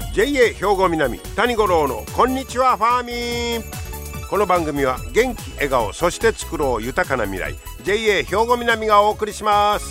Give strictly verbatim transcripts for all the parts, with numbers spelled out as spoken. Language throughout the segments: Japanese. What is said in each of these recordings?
ジェイエー 兵庫南谷五郎のこんにちはファーミン。この番組は元気笑顔そして作ろう豊かな未来 ジェイエー 兵庫南がお送りします。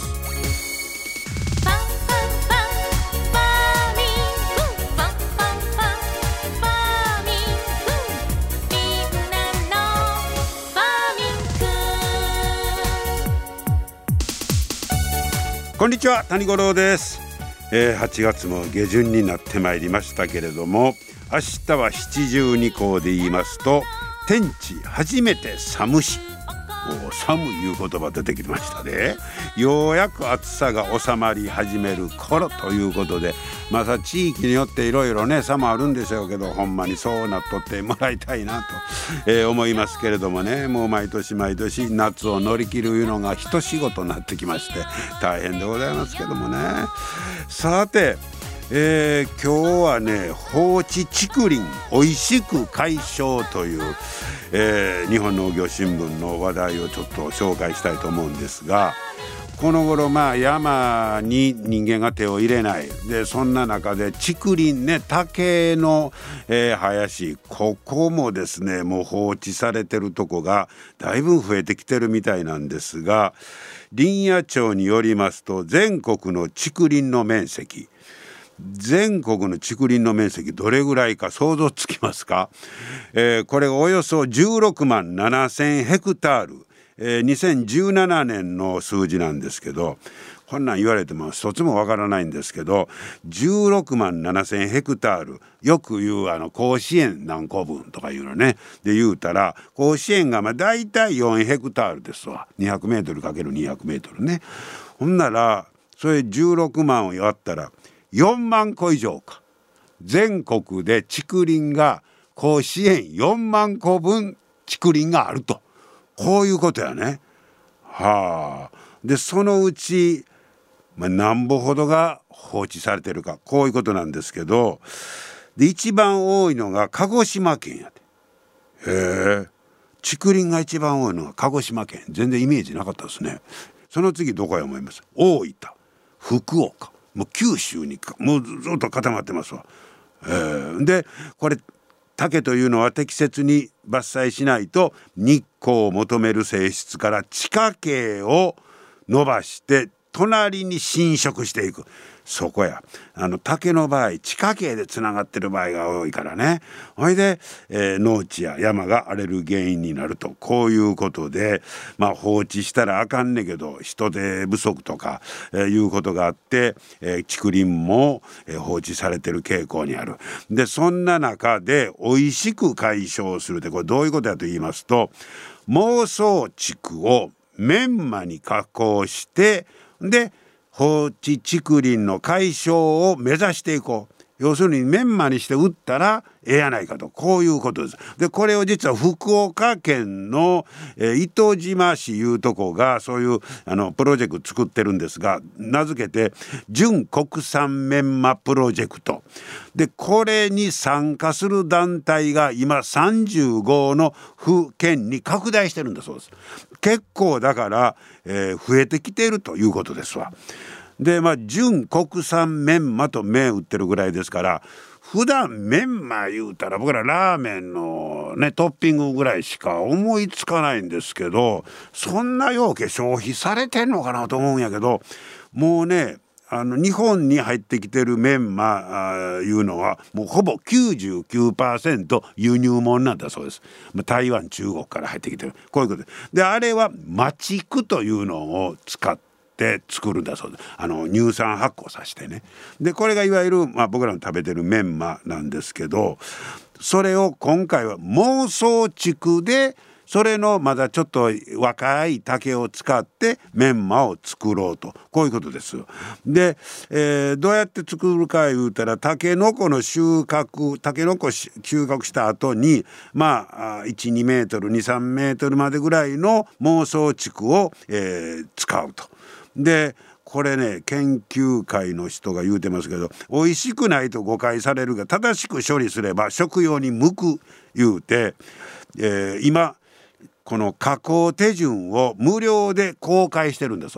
こんにちは谷五郎です。えー、はちがつも下旬になってまいりましたけれども、明日は七十二候で言いますと天地初めて寒し、お寒いう言葉出てきましたね。ようやく暑さが収まり始める頃ということで、また地域によっていろいろね差もあるんでしょうけど、ほんまにそうなっとってもらいたいなと、えー、思いますけれどもね。もう毎年毎年夏を乗り切るいうのが一仕事になってきまして大変でございますけどもね。さて、えー、今日はね放置竹林おいしく解消という、えー、日本農業新聞の話題をちょっと紹介したいと思うんですが、この頃まあ山に人間が手を入れないで、そんな中で竹林ね、竹の、えー、林、ここもですねもう放置されてるとこがだいぶ増えてきてるみたいなんですが、林野庁によりますと全国の竹林の面積全国の竹林の面積どれぐらいか想像つきますか？えー、これおよそじゅうろくまんななせんヘクタール、えー、にせんじゅうななねんの数字なんですけど、こんなん言われても一つもわからないんですけど、じゅうろくまんななせんヘクタール、よく言うあの甲子園何個分とかいうのねで言うたら、甲子園がまあだいたいよんヘクタールですわ。にひゃくメートルかけるにひゃくメートルね。ほんならそれじゅうろくまんをやったらよんまんこ以上か。全国で竹林が甲子園よんまんこぶん竹林があると、こういうことやね。はあ。でそのうち、まあ、何歩ほどが放置されてるか、こういうことなんですけど、で一番多いのが鹿児島県やで。へえ。竹林が一番多いのが鹿児島県。全然イメージなかったですね。その次どこや思います？大分、福岡、もう九州にもうずっと固まってますわ。えー、でこれ竹というのは適切に伐採しないと日光を求める性質から地下茎を伸ばして隣に侵食していく。そこや。あの竹の場合地下茎でつながってる場合が多いからね。ほいで、えー、農地や山が荒れる原因になると、こういうことで、まあ放置したらあかんねんけど人手不足とか、えー、いうことがあって、えー、竹林も、えー、放置されてる傾向にある。でそんな中で美味しく解消するって、これどういうことやと言いますと、孟宗竹をメンマに加工してで放置竹林の解消を目指していこう。要するにメンマにして売ったらええやないかと、こういうことです。でこれを実は福岡県の、えー、糸島市いうとこがそういうあのプロジェクト作ってるんですが、名付けて純国産メンマプロジェクトで、これに参加する団体が今さんじゅうごの府県に拡大してるんだそうです。結構だから、えー、増えてきているということですわ。でまあ純国産メンマと銘打ってるぐらいですから、普段メンマ言うたら僕らラーメンのねトッピングぐらいしか思いつかないんですけど、そんなようけ消費されてんのかなと思うんやけど、もうねあの日本に入ってきてるメンマあいうのはもうほぼ きゅうじゅうきゅうパーセント 輸入物なんだそうです。まあ、台湾中国から入ってきてる、こういうことで、であれは麻竹というのを使ってで作るんだそうです。あの乳酸発酵させてね。でこれがいわゆる、まあ、僕らの食べてるメンマなんですけど、それを今回は孟宗竹でそれのまだちょっと若い竹を使ってメンマを作ろうと、こういうことです。で、えー、どうやって作るか言うたら、タケノコの収穫タケノコ収穫した後にまあいち、にメートルに、さんメートルまでぐらいの孟宗竹を、えー、使うと。でこれね研究会の人が言うてますけど、美味しくないと誤解されるが正しく処理すれば食用に向く言うて、えー、今この加工手順を無料で公開してるんだそうです。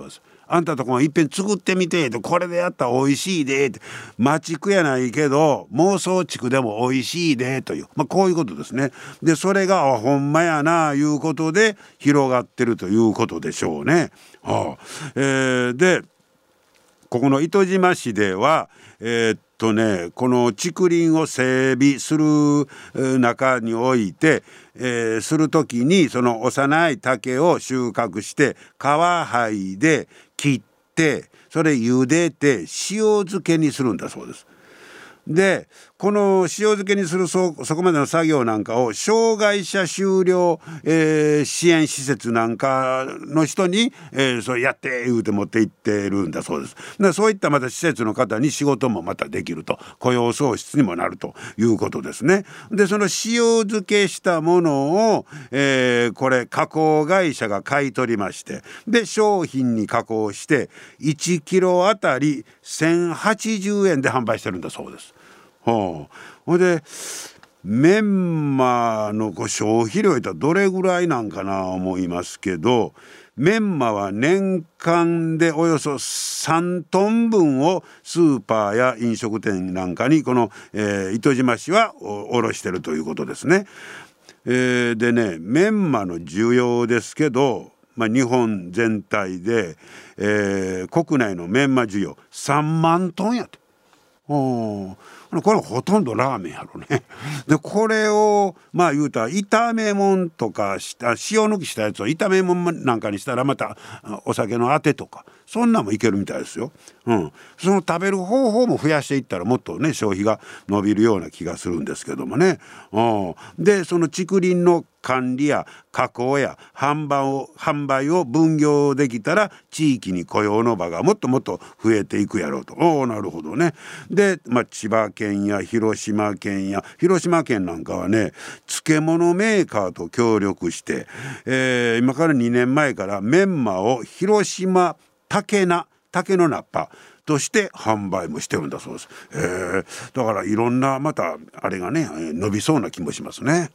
あんたとこがいっぺん作ってみてと、これでやったら美味しいでって、マチクやないけど妄想地区でも美味しいでという、まあ、こういうことですね。でそれがほんまやないうことで広がってるということでしょうね。はあえー、でここの糸島市ではえー、っとねこの竹林を整備する中において、えー、するときにその幼い竹を収穫して皮剥いで切ってそれ茹でて塩漬けにするんだそうです。でこの塩漬けにする そ, そこまでの作業なんかを障害者就労、えー、支援施設なんかの人に、えー、それやって言うて持って行ってるんだそうです。でそういったまた施設の方に仕事もまたできると、雇用創出にもなるということですね。でその塩漬けしたものを、えー、これ加工会社が買い取りまして、で商品に加工していちキロあたりせんはちじゅうえんで販売してるんだそうです。ほうでメンマのこう消費量いったらどれぐらいなんかな思いますけど、メンマは年間でおよそさんトン分をスーパーや飲食店なんかにこの、えー、糸島市は卸してるということですね。えー、でねメンマの需要ですけど、まあ、日本全体で、えー、国内のメンマ需要さんまんトンやと。おこれほとんどラーメンやろね。でこれをまあ言うたら炒め物とかした塩抜きしたやつを炒め物なんかにしたらまたお酒のあてとかそんなんもいけるみたいですよ。うん、その食べる方法も増やしていったらもっとね消費が伸びるような気がするんですけどもね。うん、でその竹林の管理や加工や販売を販売を分業できたら地域に雇用の場がもっともっと増えていくやろうと。おーなるほどね。で、まあ、千葉県や広島県や広島県なんかはね漬物メーカーと協力して、えー、今からにねんまえからメンマを広島竹菜竹の菜っぱとして販売もしてるんだそうです。えー、だからいろんなまたあれがね伸びそうな気もしますね。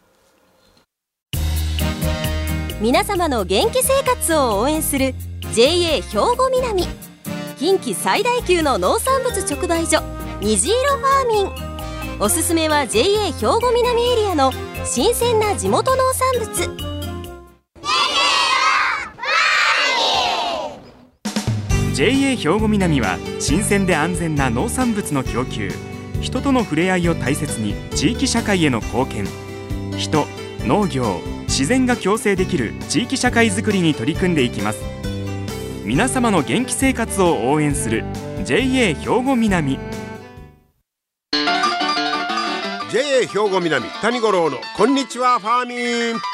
皆様の元気生活を応援する ジェイエー 兵庫南近畿最大級の農産物直売所虹色ファーミン。おすすめは ジェイエー 兵庫南エリアの新鮮な地元農産物。 ジェイエー 兵庫南は新鮮で安全な農産物の供給、人との触れ合いを大切に地域社会への貢献、人、農業、自然が共生できる地域社会づくりに取り組んでいきます。皆様の元気生活を応援する ジェイエー 兵庫南。 ジェイエー 兵庫南谷五郎のこんにちはファーミン。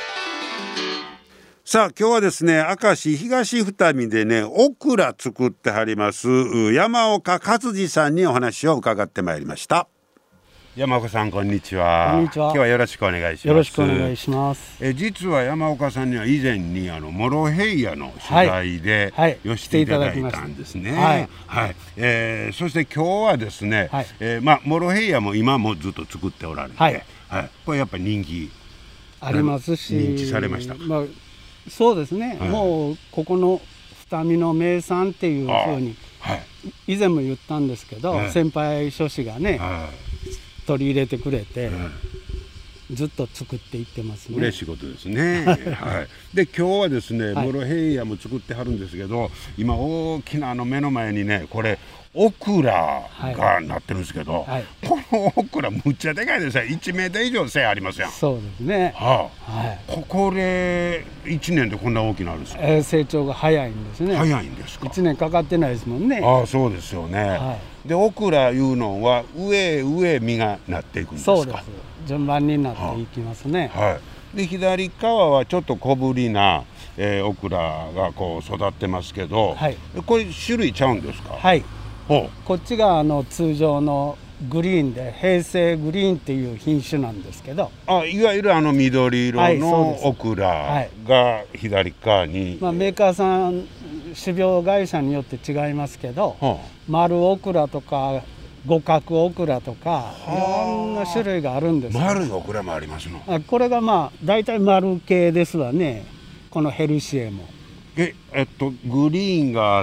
さあ今日はですね明石東二見でねオクラ作ってはります山岡勝次さんにお話を伺ってまいりました。山岡さんこんにちは。 こんにちは。 今日はよろしくお願いします。 よろしくお願いします。 え実は山岡さんには以前にあのモロヘイヤの取材で、はい、寄していただいたんですね。はいはいえー、そして今日はですね、はいえーまあ、モロヘイヤも今もずっと作っておられて、はいはい、これやっぱり人気ありますし認知されましたか。 まあ、そうですね、はい、もうここの二見の名産っていうふうに、はい、以前も言ったんですけど、ね、先輩諸氏がね、はい取り入れてくれて、うん、ずっと作っていってますね。 嬉しいことですね。はい、で今日はですね、はい、モロヘイヤも作ってはるんですけど今大きなあの目の前にねこれオクラがなってるんですけど、はいはい、このオクラむっちゃでかいですね。いちメートル以上背ありますやん。 そうですね、 はあはい、ここでいちねんでこんな大きなるんですか。 えー、成長が早いんですね。 早いんですか。 いちねんかかってないですもんね。 ああそうですよね、はい、でオクラいうのは上上実がなっていくんですか。 そうです。順番になっていきますね。 はあはい、で左側はちょっと小ぶりな、えー、オクラがこう育ってますけど、はい、これ種類ちゃうんですか。 はいこっちがあの通常のグリーンで平成グリーンっていう品種なんですけど、 あいわゆるあの緑色のオクラが左側に、はいまあ、メーカーさん種苗会社によって違いますけど、はあ、丸オクラとか五角オクラとかいろんな種類があるんです。 丸いオクラもありますの。 これがまあ大体丸系ですわね。このヘルシエもええっとグリーンがあって、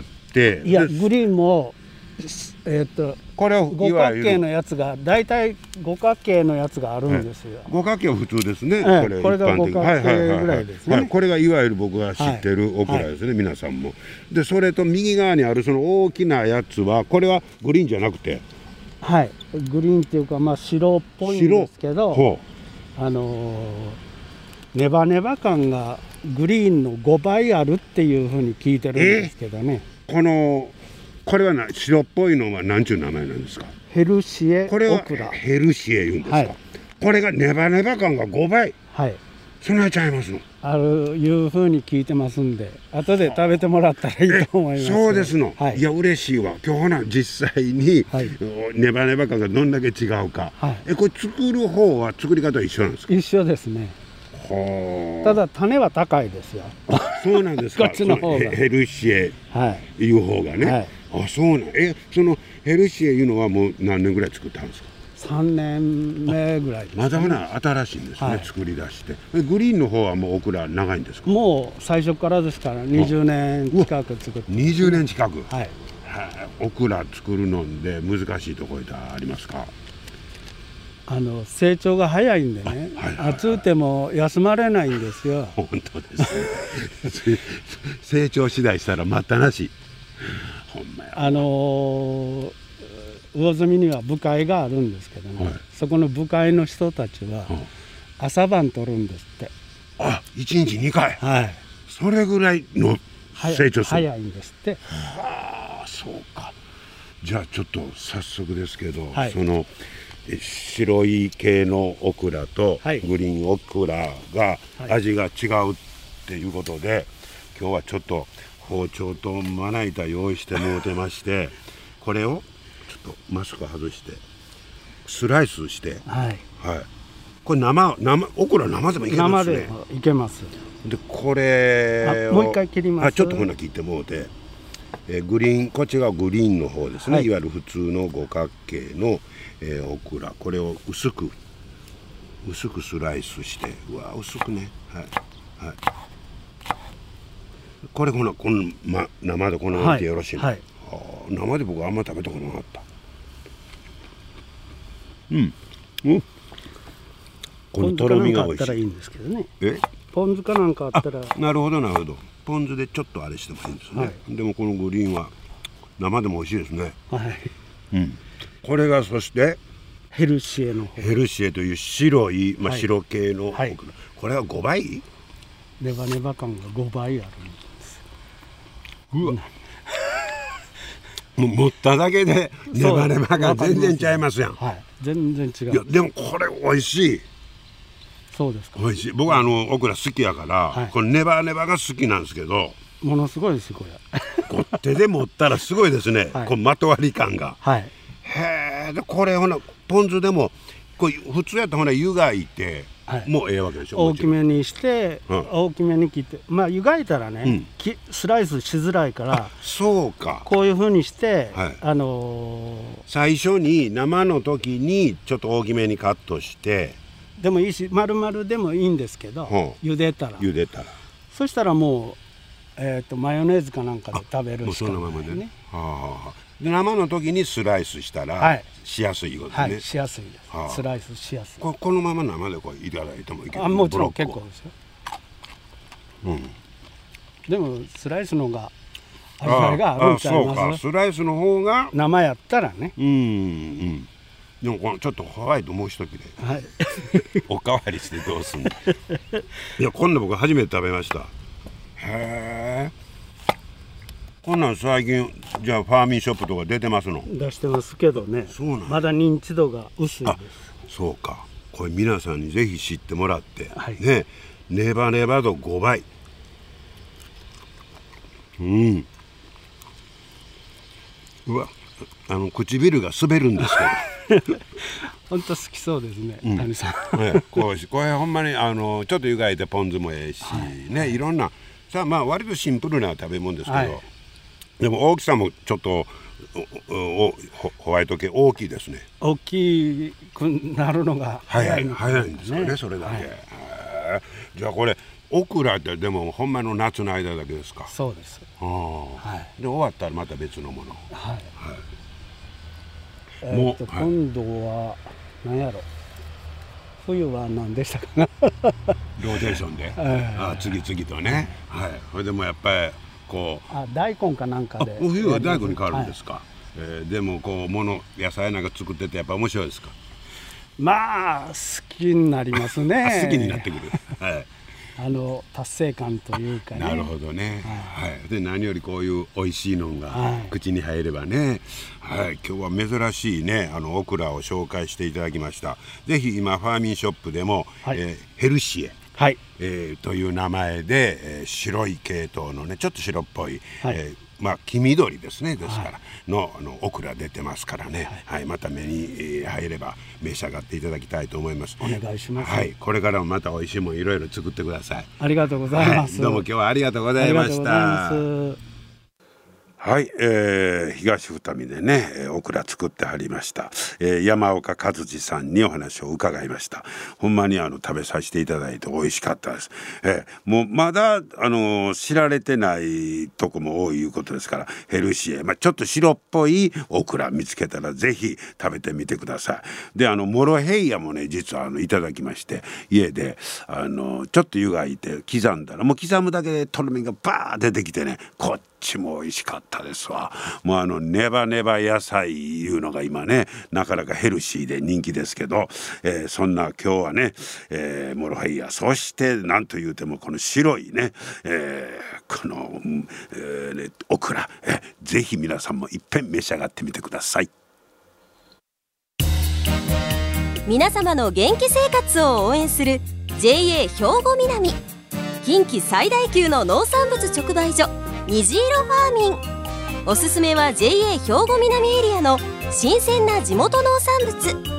いやグリーンもえー、っとこれを五角形のやつがだいたい五角形のやつがあるんですよ。 五角形は普通ですね。 ええ、これこれが五角形ぐらいですね、はい。 これがいわゆる僕が知ってるオクラですね、はい、皆さんも。でそれと右側にあるその大きなやつはこれはグリーンじゃなくて、 はい、グリーンっていうかまあ白っぽいんですけど、あのー、ネバネバ感がグリーンのごばいあるっていうふうに聞いてるんですけどね。 えー、このこれはな白っぽいのは何ちゅう名前なんですか？ ヘルシエオクラ。これはヘルシエ言うんですか？はい、これがネバネバ感がごばい。はい。そんなちゃいますの？ あるいうふうに聞いてますんで、後で食べてもらったらいいと思います。 そうですの。はい、いや嬉しいわ。今日ほな実際に、はい、ネバネバ感がどんだけ違うか。はい、えこれ作る方は作り方は一緒なんですか？ 一緒ですね。ただ種は高いですよ。 そうなんですか。 こっちの方がヘルシエいう方がね。はい、あ、そうなん。え、そのヘルシエいうのはもう何年ぐらい作ったんですか？ さんねんめぐらいです、ね。まだまだ新しいんですね、はい、作り出して。グリーンの方はもうオクラ長いんですか？ もう最初からですからにじゅうねん近く作って。 にじゅうねん近く。はい。オクラ作るので難しいところってありますか？ あの成長が早いんでね、はいはいはい、暑うても休まれないんですよ。 本当ですね。成長次第したら待ったなし。ほんまや。 あのー、魚住には部会があるんですけどね、はい、そこの部会の人たちは朝晩取るんですって。 あ、いちにちにかい。 はい。 それぐらいの成長する。 早いんですって。 はあ、そうか。じゃあちょっと早速ですけど、はい、その白い系のオクラとグリーンオクラが味が違うっていうことで、はい、今日はちょっと包丁とまな板用意してもうてまして、これをちょっとマスク外してスライスして、はい、はい、これ生生オクラ生でもいけますね。 生でいけます。 でこれをもう一回切ります。 あ、ちょっとほな切ってもうて、えグリーンこっちがグリーンの方ですね、はい、いわゆる普通の五角形のえー、オクラ、これを薄く薄くスライスして、うわ薄くね、はいはい、これこのこの、ま、生でこのままでよろしいの、はいはい、生で僕あんま食べたことなかった。うんうん、 このとろみが美味しい。ポン酢かなんかあったらいいんですけどね。えポン酢かなんかあったら。 なるほどなるほど。ポン酢でちょっとあれしてもいいんですね、はい、でもこのグリーンは生でも美味しいですね。はい、うん、これがそしてヘルシエの方、 ヘルシエという白い、まあ、白系の、はい、これはごばいネバネバ感がごばいあるんです。 うわもう持っただけでネバネバが全然ちゃいますやん。 はい、全然違う。 いやでもこれ美味しい。 そうですか。 美味しい。僕はあのオクラ好きやから、はい、このネバネバが好きなんですけど、 ものすごいですこれ。 こう手で持ったらすごいですね、はい、このまとわり感が。はい、へえ。でこれほなポン酢でもこう普通やったらほな湯がいて、はい、もうええわけでしょ。 大きめにして、うん、大きめに切って、まあ湯がいたらね、うん、きスライスしづらいから、 そうか、 こういうふうにして、はい、あのー、最初に生の時にちょっと大きめにカットしてでもいいし、丸々でもいいんですけど、うん、茹でたら茹でたらそしたらもう、えー、とマヨネーズかなんかで食べるしかないね。もうそのままでね。はあ、 で生の時にスライスしたら、はい、しやすいことですね。 はい、しやすいです、はあ、スライスしやすい。 こ, このまま生でこういただいてもいいけど、 あ、もちろん結構ですよ、うん、でもスライスの方が味わいがあるんちゃいます？ そうか、スライスの方が生やったらね。 うんうん。でもこのちょっとホワイトもう一切れ、はい、おかわりしてどうすんだ。いやこんな僕初めて食べました。へえ。こんなん最近じゃあファーミンショップとか出てますの？ 出してますけどね。そうなん、まだ認知度が薄いです。 そうか。これ皆さんにぜひ知ってもらって、はい、ね、ネバネバ度ごばい。うん。うわ、あの唇が滑るんですけど。 本当好きそうですね、うん、谷さん。 ね、こうこれほんまにあのちょっと湯がいてポン酢もええし、はい、ね、いろんなさあ、まあ割とシンプルな食べ物ですけど、はい、でも大きさもちょっとおおホワイト系大きいですね。 大きくなるのが早い、早いんですよね、それだけ。はい、じゃあこれオクラってでもほんまの夏の間だけですか？ そうです。 あ、はい、で終わったらまた別のもの。 はい、 はい、もう、 えー、今度は何やろ、冬は何でしたかなローテーションで、えー、あ次々とね、はい、それでもやっぱりこうあ大根かなんかで冬は大根に変わるんですか？はい、えー、でもこうもの野菜なんか作っててやっぱ面白いですか？ まあ好きになりますね好きになってくる、はい、 あの達成感というかね。 なるほどね、はいはい、で何よりこういう美味しいのが口に入ればね、はいはい、今日は珍しいねあのオクラを紹介していただきました。ぜひ今ファーミンショップでも、はい、えー、ヘルシエ、はい、えー、という名前で、えー、白い系統のねちょっと白っぽい、はい、えーまあ、黄緑ですねですからの、はい、あのオクラ出てますからね、はいはい、また目に入れば召し上がっていただきたいと思います。 お願いします、 はい、これからもまた美味しいもんいろいろ作ってください。 ありがとうございます、 はい、どうも今日はありがとうございました。はい、えー、東二見でねオクラ作ってはりました、えー、山岡和二さんにお話を伺いました。ほんまにあの食べさせていただいて美味しかったです、えー、もうまだあの知られてないとこも多いいうことですからヘルシエ、まあ、ちょっと白っぽいオクラ見つけたらぜひ食べてみてください。であのモロヘイヤもね実はあのいただきまして家であのちょっと湯がいて刻んだらもう刻むだけでとろみがバー出てきてねこっちも美味しかったですわ。もうあのネバネバ野菜いうのが今ねなかなかヘルシーで人気ですけど、えー、そんな今日はね、えー、モロヘイヤそしてなんというてもこの白いね、えー、この、えーね、オクラ、えー、ぜひ皆さんもいっぺん召し上がってみてください。 皆様の元気生活を応援する ジェイエー 兵庫南近畿最大級の農産物直売所虹色ファーミン。おすすめは ジェイエー 兵庫南エリアの新鮮な地元農産物。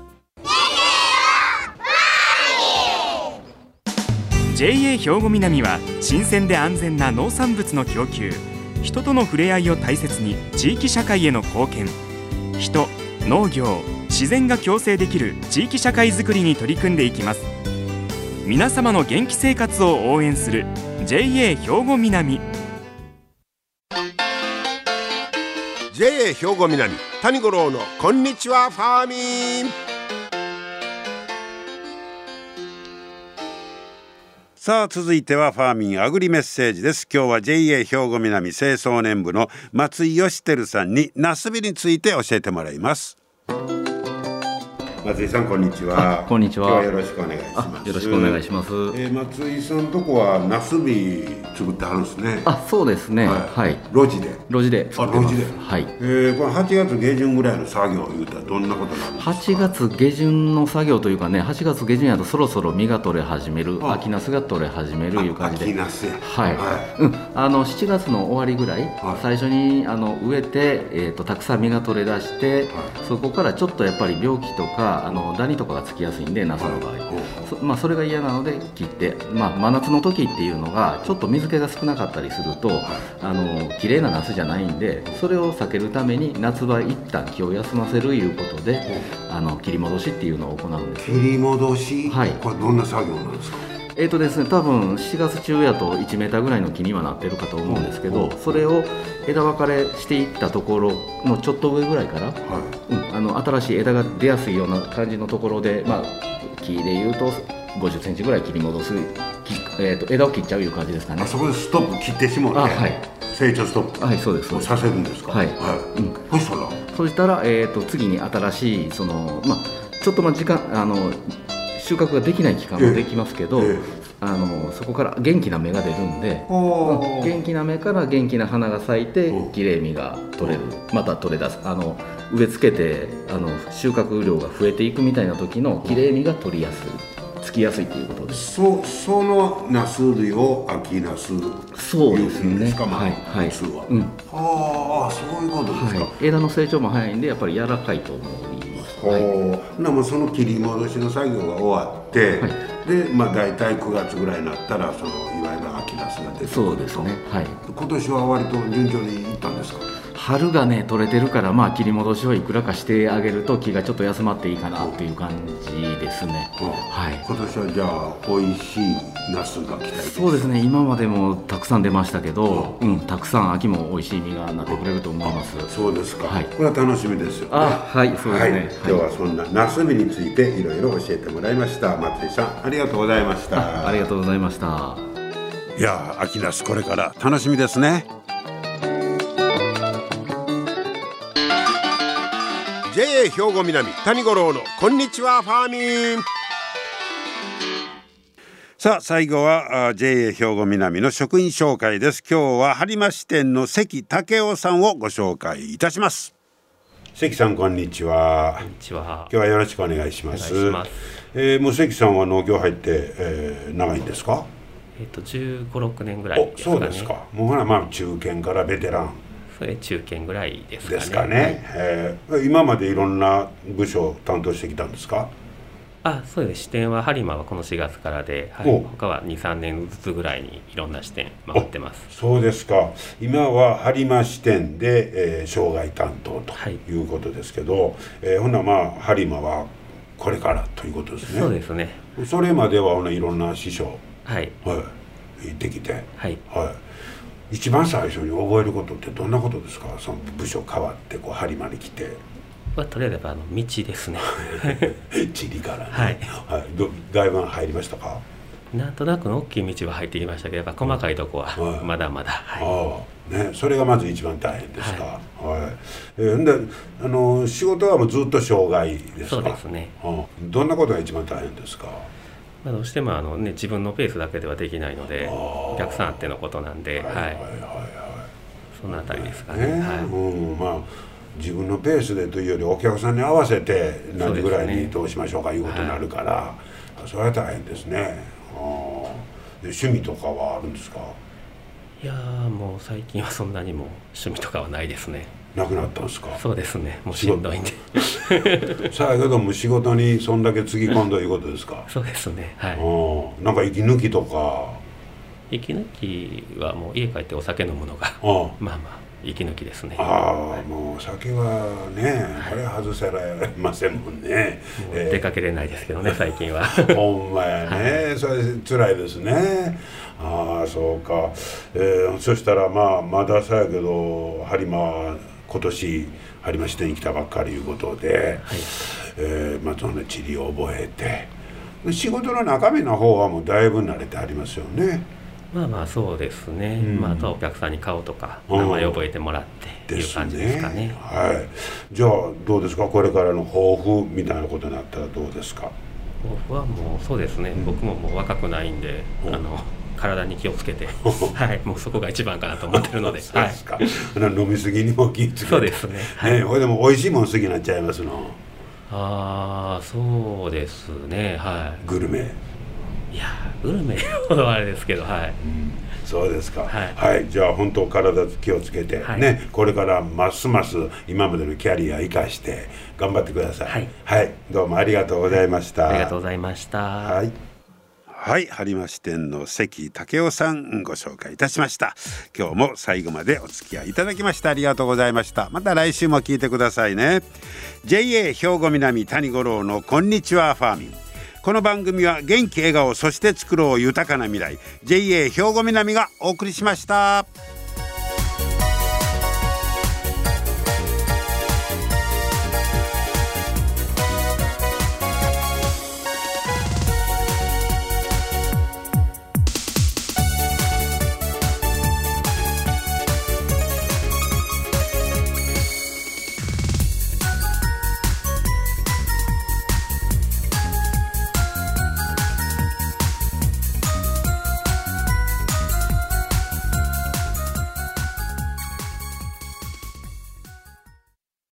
ジェイエー 兵庫南は新鮮で安全な農産物の供給、人との触れ合いを大切に地域社会への貢献、人、農業、自然が共生できる地域社会づくりに取り組んでいきます。皆様の元気生活を応援する ジェイエー 兵庫南。 ジェイエー 兵庫南谷五郎のこんにちはファーミン。さあ続いてはファーミンアグリメッセージです。今日は ジェイエー 兵庫南清掃年部の松井義輝さんにナスビについて教えてもらいます。松井さんこんにちは。 こんにちは。 今日はよろしくお願いします。 よろしくお願いします。 えー、松井さんとこはナスビ作ってはるんですね。 あ、そうですね。はい。はい、 路地で。 路地で。 あ、路地で。 はい。 えー、これはちがつ下旬ぐらいの作業を言うたらどんなことなんですか。 はちがつ下旬の作業というかね、はちがつ下旬やとそろそろ実が取れ始める、秋ナスが取れ始めるいう感じで。 秋ナスや。 はい。はい、うん。あのしちがつの終わりぐらい、はい、最初にあの植えてえっ、ー、とたくさん実が取れ出して、はい、そこからちょっとやっぱり病気とかあのダニとかがつきやすいんでナスの場合、はい、そ, まあ、それが嫌なので切って、まあ、真夏の時っていうのがちょっと水気が少なかったりすると、はい、あの綺麗なナスじゃないんでそれを避けるために夏場一旦気を休ませるいうことで、はい、あの切り戻しっていうのを行うんです。 切り戻し、はい、これどんな作業なんですか。 えーとですね、多分しちがつ中やといちメーターぐらいの木にはなってるかと思うんですけど、それを枝分かれしていったところのちょっと上ぐらいから、はい、うん、あの新しい枝が出やすいような感じのところで、まあ、木でいうとごじゅっセンチぐらい切り戻す、えー、と枝を切っちゃういう感じですかね。 あそこでストップ切ってしまって、はい、成長ストップ、 はい、そうですそうですさせるんですか。 はい、 はい、うん、そしたらそしたら、えー、と次に新しいその、まあ、ちょっとまあ時間あの収穫ができない期間もできますけど、えーえー、あのそこから元気な芽が出るんで、元気な芽から元気な花が咲いてきれい実が取れる、また取れ出す、あの植え付けてあの収穫量が増えていくみたいな時のきれい実が取りやすい、つきやすいということです。 そ, そのナス類を秋ナスそうですね。 ですか、まあ、 はいはい、 普通は、 うん、 はあ、そういうことですか、はい、 枝の成長も早いんでやっぱり柔らかいと思います。 はい、なもうその切り戻しの作業が終わって、はい、で、まあ、大体くがつぐらいになったらそのいわゆる秋ナスが出てくると。 そうですね、はい、 今年は割と順調にいったんですか。 春がね取れてるから、まあ切り戻しをいくらかしてあげると気がちょっと休まっていいかなっていう感じですね、 うん、 はい。 今年はじゃあ美味しいナスが期待です。 そうですね、今までもたくさん出ましたけど、うん、うん、たくさん秋も美味しい実がなってくれると思います。 そうですか、 はい、 これは楽しみですよね。 あ、はい、そうですね、はい、 今日はそんなナスビについていろいろ教えてもらいました。松井さん、ありがとうございました。 あ, ありがとうございました。 いや、秋ナスこれから楽しみですね。 ジェイエー 兵庫南谷五郎のこんにちはファーミン。さあ最後は ジェイエー 兵庫南の職員紹介です。今日は播磨支店の関武雄さんをご紹介いたします。関さん、こんにちは。 こんにちは。 今日はよろしくお願いします。 お願いします。 えー、もう関さんは農業入って、えー、長いんですか？ えっとじゅうご、ろくねんぐらいですかね。 そうですか。もうほら、まあ中堅からベテラン。 それ中堅ぐらいですかね。 ですかね。はい、えー、今までいろんな部署を担当してきたんですか？ あ、そうです。支店は播磨はこのしがつからで、はい、他はに、さんねんずつぐらいにいろんな支店回ってます。 そうですか。今は播磨支店で、えー、障害担当ということですけど、はい、えー、ほんなまあ播磨はこれからということですね。 そうですね。 それまではほないろんな師匠、 はい、 はい、行ってきて、 はい、 はい、一番最初に覚えることってどんなことですか？その部署変わってこう播磨に来て。 まあ、とりあえずあの道ですね。 地理からね、 はいはい、どだいぶ入りましたか？ なんとなくの大きい道は入ってきましたけど、やっぱ細かいとこはまだまだ、はい、 ああね、それがまず一番大変ですか？はい、はい、えー、であの仕事はもうずっと障害ですか？ そうですね、 ああ、どんなことが一番大変ですか？ まあ、どうしてもあの、ね、自分のペースだけではできないので、お客さんあってのことなんで、はいはいはいはい、そのあたりですかね。ね、はい、 うん、まあ自分のペースでというよりお客さんに合わせて何時ぐらいにどうしましょうかいうことになるから、はい、それは大変ですね。あで趣味とかはあるんですか？ いやもう最近はそんなにも趣味とかはないですね。 なくなったんですか？ そうですね、もうしんどいんで。 さあけども仕事にそんだけつぎ込んだいうことですか？ そうですね、はい。 なんか息抜きとか？ 息抜きはもう家帰ってお酒飲むのがまあまあ息抜きですね。 ああ、はい、もう酒はね、これは外せられませんもんね。 もう出かけれないですけどね、えー、最近は。 ほんまやね、はい、それ辛いですね。ああ、そうか。えー、そしたらまあまださやけど播磨は今年播磨支店に来たばっかりいうことで、はい、えー、まあその地理を覚えて、仕事の中身の方はもうだいぶ慣れてありますよね。 まあまあそうですね、うん、まあ、あとはお客さんに顔とか名前を覚えてもらっていう感じですかね。 ね、はい、じゃあどうですか、これからの抱負みたいなことになったらどうですか？ 抱負はもうそうですね、うん、僕ももう若くないんで、うん、あの体に気をつけて、はい、もうそこが一番かなと思ってるので。 そうですか、はい、飲みすぎにも気をつけて。 そうですね、はい、 ね、これでも美味しいもん好きになっちゃいますの？ ああ、そうですね、はい。 グルメ？ いやグルメほどはあれですけど、はい、 うん、そうですか、 はい、 はい、じゃあ本当体気をつけて、はい、ね、これからますます今までのキャリア生かして頑張ってください。はい、はい、どうもありがとうございました。 ありがとうございました。 はい、はい、播磨支店の関武雄さんご紹介いたしました。今日も最後までお付き合いいただきましてありがとうございました。また来週も聞いてくださいね。 ジェイエー 兵庫南谷五郎のこんにちはファーミン。この番組は元気笑顔そして作ろう豊かな未来 ジェイエー 兵庫南がお送りしました。